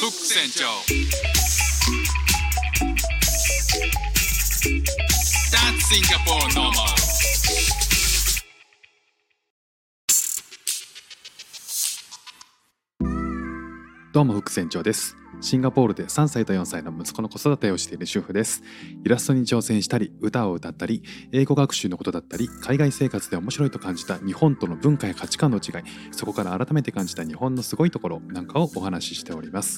ク船長 That's Singapore normal。 どうも副船長です。シンガポールで3歳と4歳の息子の子育てをしている主婦です。イラストに挑戦したり、歌を歌ったり、英語学習のことだったり、海外生活で面白いと感じた日本との文化や価値観の違い、そこから改めて感じた日本のすごいところなんかをお話ししております。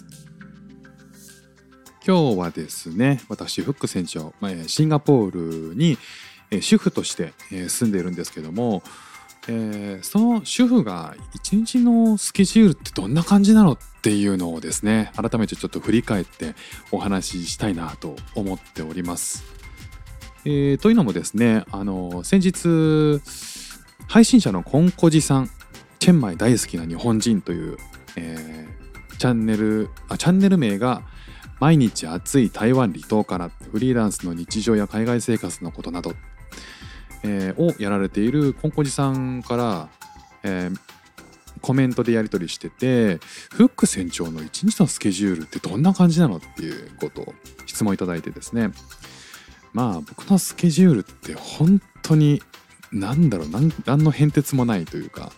今日はですね、私フック船長、シンガポールに主婦として住んでいるんですけども、その主婦が一日のスケジュールってどんな感じなのっていうのをですね、改めてちょっと振り返ってお話ししたいなと思っております。というのもですね、先日配信者のコンコジさん、チェンマイ大好きな日本人という、チャンネル名が毎日暑い台湾離島からフリーランスの日常や海外生活のことなどをやられているコンコジさんから、コメントでやり取りしてて、フック船長の一日のスケジュールってどんな感じなのっていうことを質問いただいてですね、僕のスケジュールって本当に何の変哲もないというか、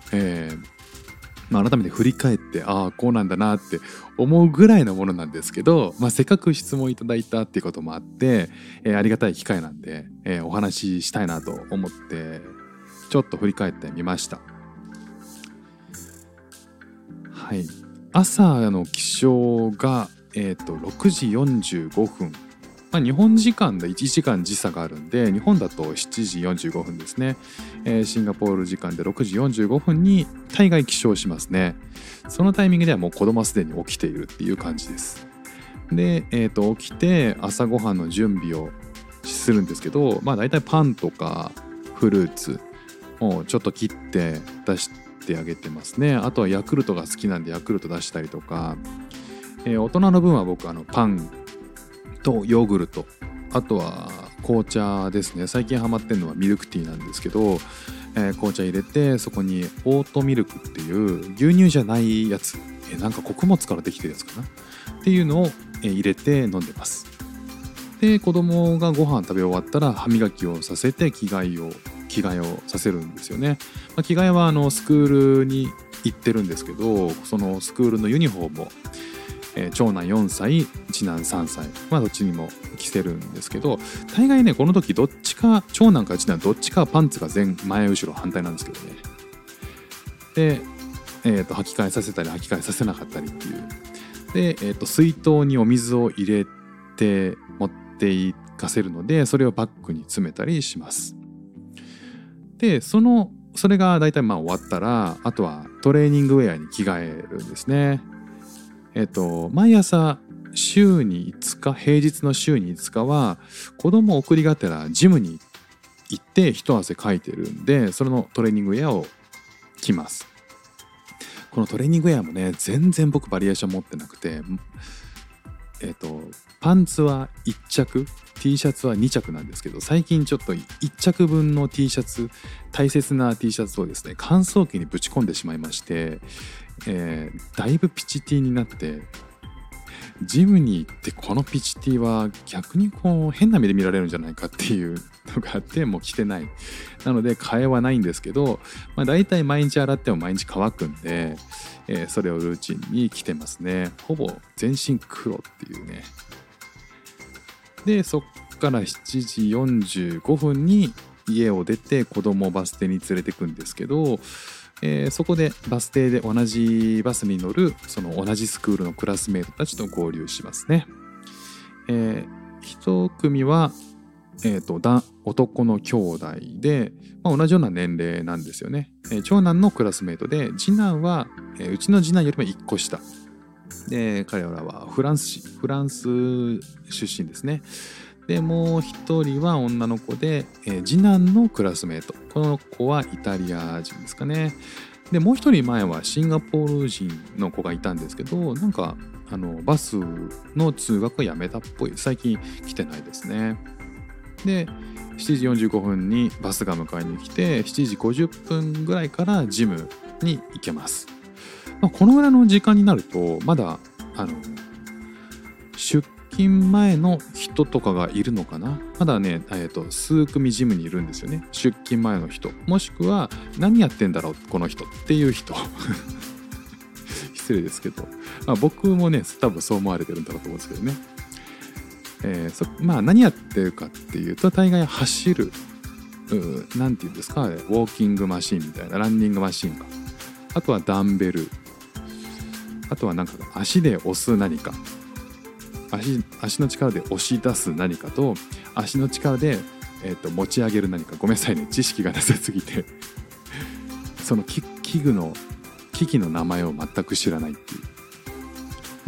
改めて振り返ってこうなんだなって思うぐらいのものなんですけど、せっかく質問いただいたっていうこともあって、ありがたい機会なんで、お話ししたいなと思ってちょっと振り返ってみました。はい、朝の起床が、6時45分、日本時間で1時間時差があるんで、日本だと7時45分ですね。シンガポール時間で6時45分に大概起床しますね。そのタイミングではもう子供はすでに起きているっていう感じです。で、起きて朝ごはんの準備をするんですけど、だいたいパンとかフルーツをちょっと切って出してあげてますね。あとはヤクルトが好きなんでヤクルト出したりとか、大人の分は僕パンとヨーグルト、あとは紅茶ですね。最近ハマってるのはミルクティーなんですけど、紅茶入れてそこにオートミルクっていう牛乳じゃないやつ、なんか穀物からできてるやつかなっていうのを入れて飲んでます。で、子供がご飯食べ終わったら歯磨きをさせて着替えをさせるんですよね。着替えはスクールに行ってるんですけど、そのスクールのユニフォームを長男4歳次男3歳、どっちにも着せるんですけど、大概ねこの時どっちか、長男か次男どっちかパンツが前後ろ反対なんですけどね。で、履き替えさせたり履き替えさせなかったりっていうで、水筒にお水を入れて持っていかせるので、それをバッグに詰めたりします。で、それが大体終わったら、あとはトレーニングウェアに着替えるんですね。毎朝週に5日、平日の週に5日は子供を送りがてらジムに行って一汗かいてるんで、それのトレーニングウェアを着ます。このトレーニングウェアもね、全然僕バリエーション持ってなくて、パンツは1着、T シャツは2着なんですけど、最近ちょっと1着分の T シャツ、大切な T シャツをですね、乾燥機にぶち込んでしまいまして、だいぶピチティになって、ジムに行ってこのピチティは逆に変な目で見られるんじゃないかっていうのがあって、もう着てない。なので替えはないんですけど、だいたい毎日洗っても毎日乾くんで、それをルーチンに着てますね。ほぼ全身黒っていうね。で、そっから7時45分に家を出て子供をバス停に連れてくんですけど、そこでバス停で同じバスに乗るその同じスクールのクラスメートたちと合流しますね。一組は、男の兄弟で、同じような年齢なんですよね。長男のクラスメートで、次男は、うちの次男よりも1個下で、彼らはフランス出身ですね。で、もう一人は女の子で、次男のクラスメート、この子はイタリア人ですかね。で、もう一人前はシンガポール人の子がいたんですけど、なんかバスの通学はやめたっぽい。最近来てないですね。で、7時45分にバスが迎えに来て、7時50分ぐらいからジムに行けます。このぐらいの時間になるとまだ出勤前の人とかがいるのかな。まだね、数組ジムにいるんですよね。出勤前の人、もしくは何やってんだろうこの人っていう人失礼ですけど、僕もね多分そう思われてるんだろうと思うんですけどね。何やってるかっていうと、大概走る、なんていうんですか、ウォーキングマシンみたいな、ランニングマシンか、あとはダンベル、あとはなんか足で押す何か、足の力で押し出す何かと、足の力で、持ち上げる何か。ごめんなさいね、知識がなさすぎてその機器の名前を全く知らないっていう。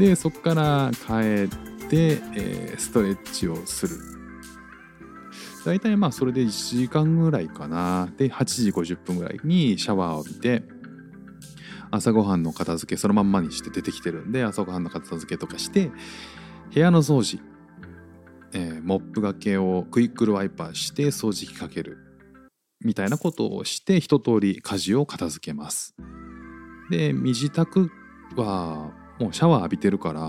でそこから帰ってストレッチをする。だいたいそれで1時間ぐらいかな。で8時50分ぐらいにシャワーを浴びて、朝ごはんの片付けそのまんまにして出てきてるんで、朝ごはんの片付けとかして、部屋の掃除、モップがけをクイックルワイパーして掃除機かけるみたいなことをして、一通り家事を片付けます。で身支度はもうシャワー浴びてるから、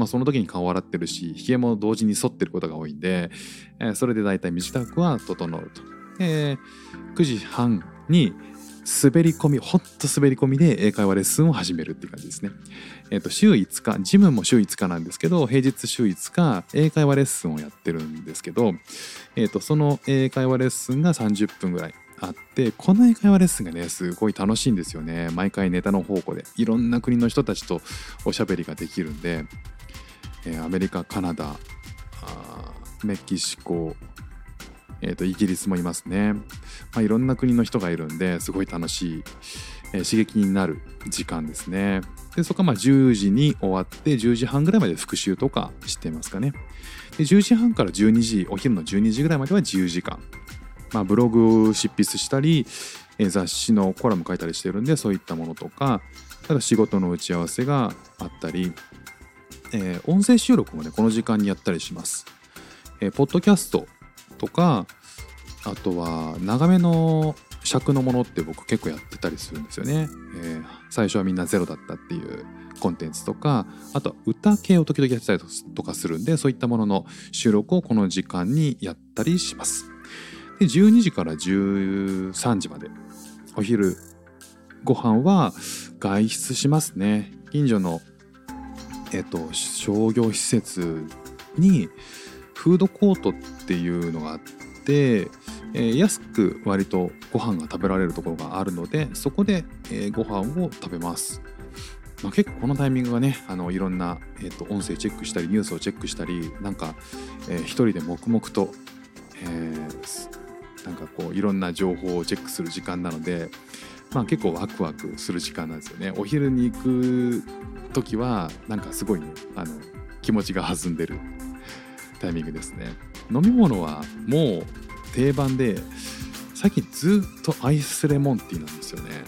その時に顔洗ってるし、ひげも同時に剃ってることが多いんで、それでだいたい身支度は整うと。9時半に滑り込み、ほんと滑り込みで英会話レッスンを始めるっていう感じですね。週5日、ジムも週5日なんですけど、平日週5日英会話レッスンをやってるんですけど、その英会話レッスンが30分ぐらいあって、この英会話レッスンがねすごい楽しいんですよね。毎回ネタの宝庫でいろんな国の人たちとおしゃべりができるんで、アメリカ、カナダ、メキシコ、イギリスもいますね。いろんな国の人がいるんですごい楽しい、刺激になる時間ですね。でそこは10時に終わって10時半ぐらいまで復習とかしてますかね。で10時半から12時、お昼の12時ぐらいまでは自由時間。ブログ執筆したり、雑誌のコラム書いたりしてるんで、そういったものとか、ただ仕事の打ち合わせがあったり、音声収録もねこの時間にやったりします。ポッドキャストとか、あとは長めの尺のものって僕結構やってたりするんですよね。最初はみんなゼロだったっていうコンテンツとか、あとは歌系を時々やってたりとかするんで、そういったものの収録をこの時間にやったりします。で12時から13時までお昼ご飯は外出しますね。近所の商業施設にフードコートっていうのがあって、安く割とご飯が食べられるところがあるので、そこで、ご飯を食べます。結構このタイミングがね、いろんな、音声チェックしたりニュースをチェックしたり、なんか、一人で黙々と、なんかこういろんな情報をチェックする時間なので、結構ワクワクする時間なんですよね。お昼に行く時はなんかすごいね、気持ちが弾んでるタイミングですね。飲み物はもう定番で、最近ずっとアイスレモンティーなんですよね。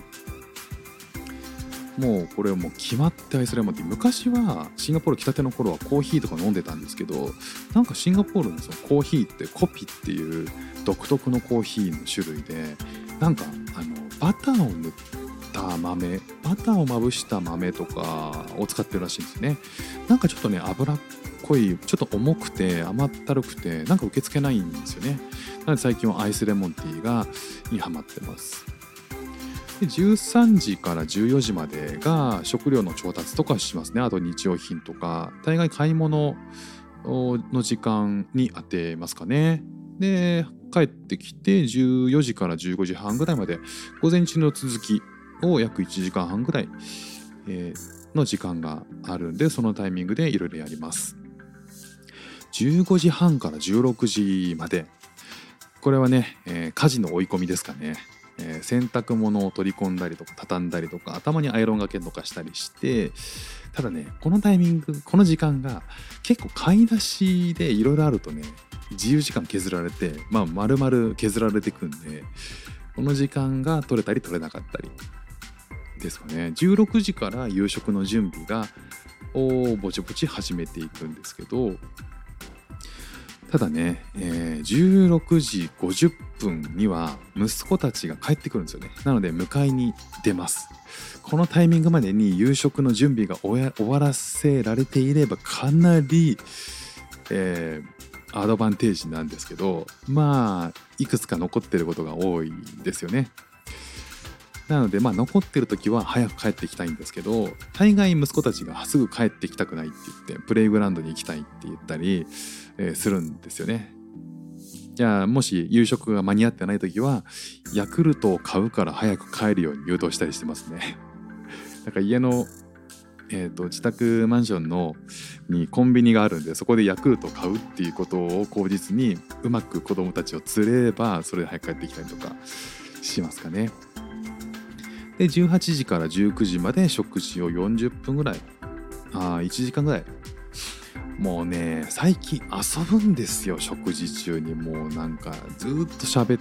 もうこれはもう決まってアイスレモンティー。昔はシンガポール来たての頃はコーヒーとか飲んでたんですけど、なんかシンガポールのそのコーヒーってコピっていう独特のコーヒーの種類で、なんかバターを塗った豆、バターをまぶした豆とかを使ってるらしいんですよね。なんかちょっとね脂っこい、ちょっと重くて甘ったるくて、なんか受け付けないんですよね。なので最近はアイスレモンティーにハマってます。で13時から14時までが食料の調達とかしますね。あと日用品とか、大概買い物の時間に当てますかね。で帰ってきて14時から15時半ぐらいまで午前中の続きを約1時間半ぐらい、の時間があるんで、そのタイミングでいろいろやります。15時半から16時まで、これはね、家事の追い込みですかね。洗濯物を取り込んだりとか畳んだりとか、頭にアイロンがけとかしたりして、ただねこのタイミング、この時間が結構買い出しでいろいろあるとね、自由時間削られて、丸々削られていくんで、この時間が取れたり取れなかったりですかね。16時から夕食の準備がぼちぼち始めていくんですけど、 ただね、16時50分には息子たちが帰ってくるんですよね。なので迎えに出ます。このタイミングまでに夕食の準備が終わらせられていればかなり、アドバンテージなんですけど、まあいくつか残ってることが多いんですよね。なので残ってる時は早く帰ってきたいんですけど、大概息子たちがすぐ帰ってきたくないって言ってプレイグラウンドに行きたいって言ったり、するんですよね。じゃあもし夕食が間に合ってない時はヤクルトを買うから早く帰るように誘導したりしてますね。なんか家の、自宅マンションにコンビニがあるんで、そこでヤクルトを買うっていうことを口実にうまく子供たちを連れればそれで早く帰ってきたりとかしますかね。で18時から19時まで食事を40分ぐらい、1時間ぐらい。もうね最近遊ぶんですよ。食事中にもうなんかずっと喋って、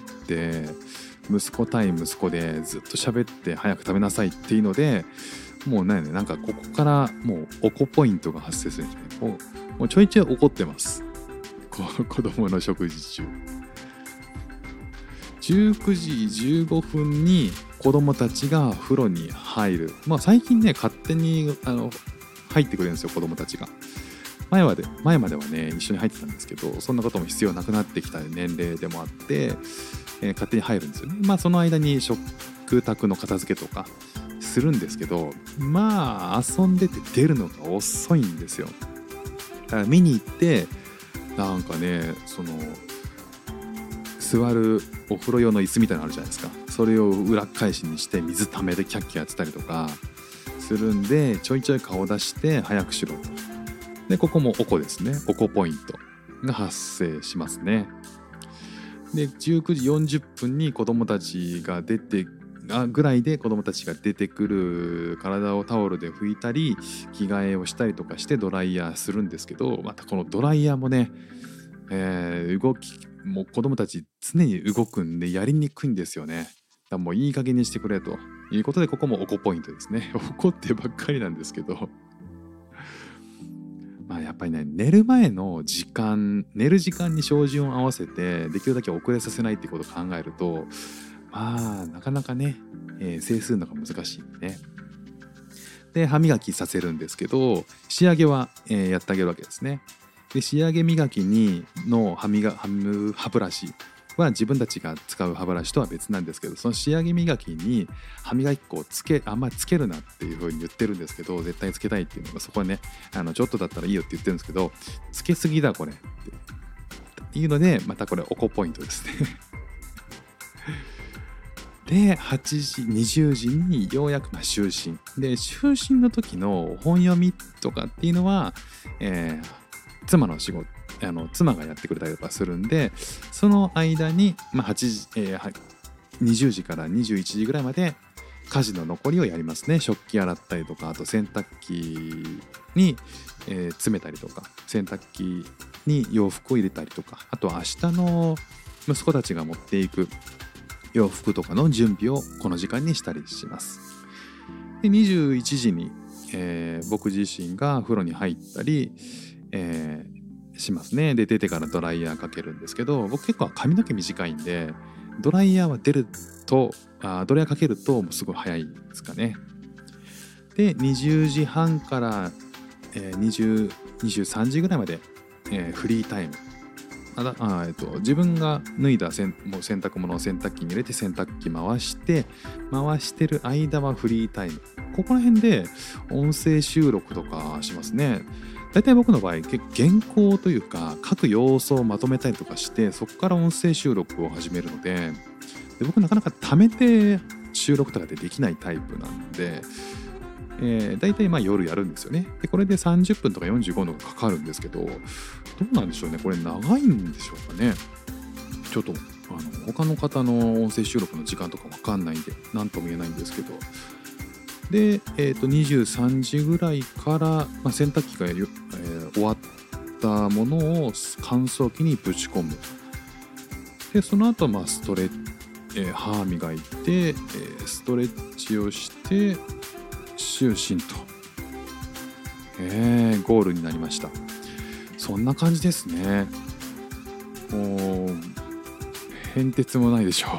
息子対息子でずっと喋って早く食べなさいっていうので、もうねなんかここからもうおこポイントが発生するんですね。もうちょいちょい怒ってます。子供の食事中。19時15分に子供たちが風呂に入る。最近ね勝手に入ってくれるんですよ、子供たちが。前まではね一緒に入ってたんですけど、そんなことも必要なくなってきた年齢でもあって、勝手に入るんですよね。その間に食卓の片付けとかするんですけど、遊んでて出るのが遅いんですよ。だから見に行ってなんかね座るお風呂用の椅子みたいなのあるじゃないですか。それを裏返しにして水ためでキャッキャやってたりとかするんで、ちょいちょい顔出して早くしろと。でここもおこですね。おこポイントが発生しますね。で19時40分に子供たちが出てぐらいで子供たちが出てくる、体をタオルで拭いたり着替えをしたりとかしてドライヤーするんですけど、またこのドライヤーもね、もう子供たち常に動くんでやりにくいんですよね。だからもういい加減にしてくれということで、ここもおこポイントですね。怒ってばっかりなんですけど、やっぱりね寝る前の時間、寝る時間に照準を合わせてできるだけ遅れさせないってことを考えると、なかなかね、制するのが難しいね。で歯磨きさせるんですけど、仕上げは、やってあげるわけですね。で仕上げ磨きの歯ブラシは自分たちが使う歯ブラシとは別なんですけど、その仕上げ磨きに歯磨き粉をあんまりつけるなっていう風に言ってるんですけど、絶対つけたいっていうのが、そこはねちょっとだったらいいよって言ってるんですけど、つけすぎだこれっていうので、またこれおこポイントですね。で20時にようやく就寝で、就寝の時の本読みとかっていうのは、妻の仕事、妻がやってくれたりとかするんで、その間に、20時から21時ぐらいまで家事の残りをやりますね。食器洗ったりとか、あと洗濯機に、詰めたりとか、洗濯機に洋服を入れたりとか、あとは明日の息子たちが持っていく洋服とかの準備をこの時間にしたりします。で21時に、僕自身が風呂に入ったり、しますね。で出てからドライヤーかけるんですけど、僕結構髪の毛短いんでドライヤーはドライヤーかけるともうすごい早いですかね。で20時半から、23時ぐらいまで、フリータイム。自分が脱いだもう洗濯物を洗濯機に入れて洗濯機回してる間はフリータイム。ここら辺で音声収録とかしますね。だいたい僕の場合原稿というか書く要素をまとめたりとかして、そこから音声収録を始めるので、僕なかなか貯めて収録とかでできないタイプなんで、だいたい夜やるんですよね。でこれで30分とか45分かかるんですけど、どうなんでしょうね、これ長いんでしょうかね。ちょっと他の方の音声収録の時間とかわかんないんで何とも言えないんですけど、で、23時ぐらいから、洗濯機が、終わったものを乾燥機にぶち込む。でその後歯磨いて、ストレッチをして就寝と、ゴールになりました。そんな感じですね。 もう変哲もないでしょ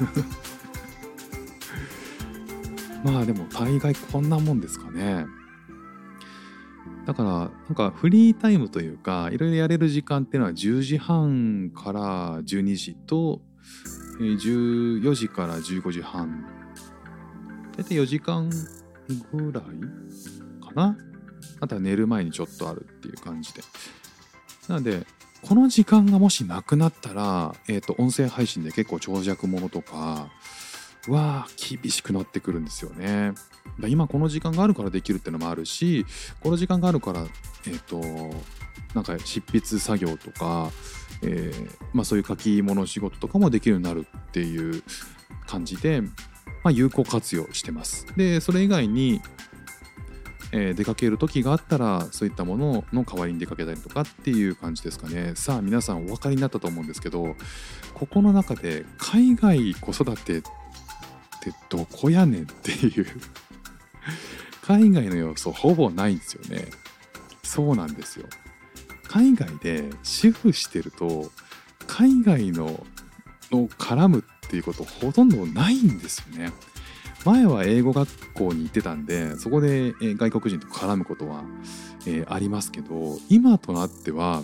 うまあでも大概こんなもんですかね。だからなんかフリータイムというかいろいろやれる時間っていうのは10時半から12時と14時から15時半、大体4時間ぐらいかな。あとは寝る前にちょっとあるっていう感じで、なのでこの時間がもしなくなったら、音声配信で結構長尺ものとかは厳しくなってくるんですよね。今この時間があるからできるってのもあるし、この時間があるからなんか執筆作業とか、そういう書き物仕事とかもできるようになるっていう感じで、有効活用してます。でそれ以外に、出かける時があったらそういったものの代わりに出かけたりとかっていう感じですかね。さあ皆さんお分かりになったと思うんですけど、ここの中で海外子育てってどこやねんっていう海外の要素ほぼないんですよね。そうなんですよ。海外で主婦してると海外の絡むっていうことほとんどないんですよね。前は英語学校に行ってたんでそこで外国人と絡むことはありますけど、今となっては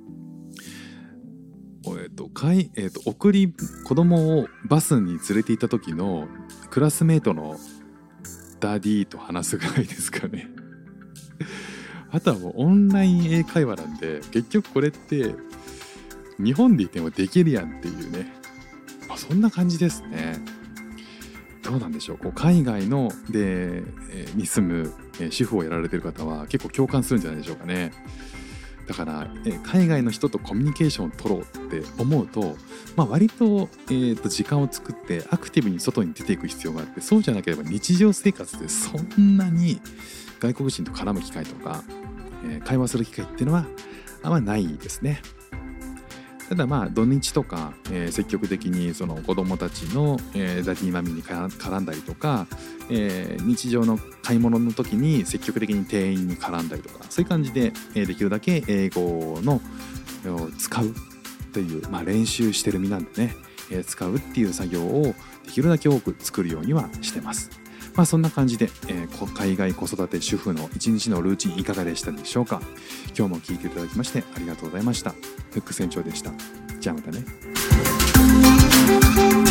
子供をバスに連れて行った時のクラスメートのダディと話すぐらいですかねあとはもうオンライン英会話なんで、結局これって日本でいてもできるやんっていうね、そんな感じですね。どうなんでしょう、海外のに住む主婦をやられてる方は結構共感するんじゃないでしょうかね。だから海外の人とコミュニケーションを取ろうって思うと、割と、時間を作ってアクティブに外に出ていく必要があって、そうじゃなければ日常生活でそんなに外国人と絡む機会とか、会話する機会っていうのはあんまないですね。ただ土日とか、積極的にその子どもたちの、ダディマミに絡んだりとか、日常の買い物の時に積極的に店員に絡んだりとか、そういう感じで、できるだけ英語の使うという、練習してる身なんでね、使うっていう作業をできるだけ多く作るようにはしてます。そんな感じで、海外子育て主婦の一日のルーチンいかがでしたでしょうか。今日も聞いていただきましてありがとうございました。フック船長でした。じゃあまたね。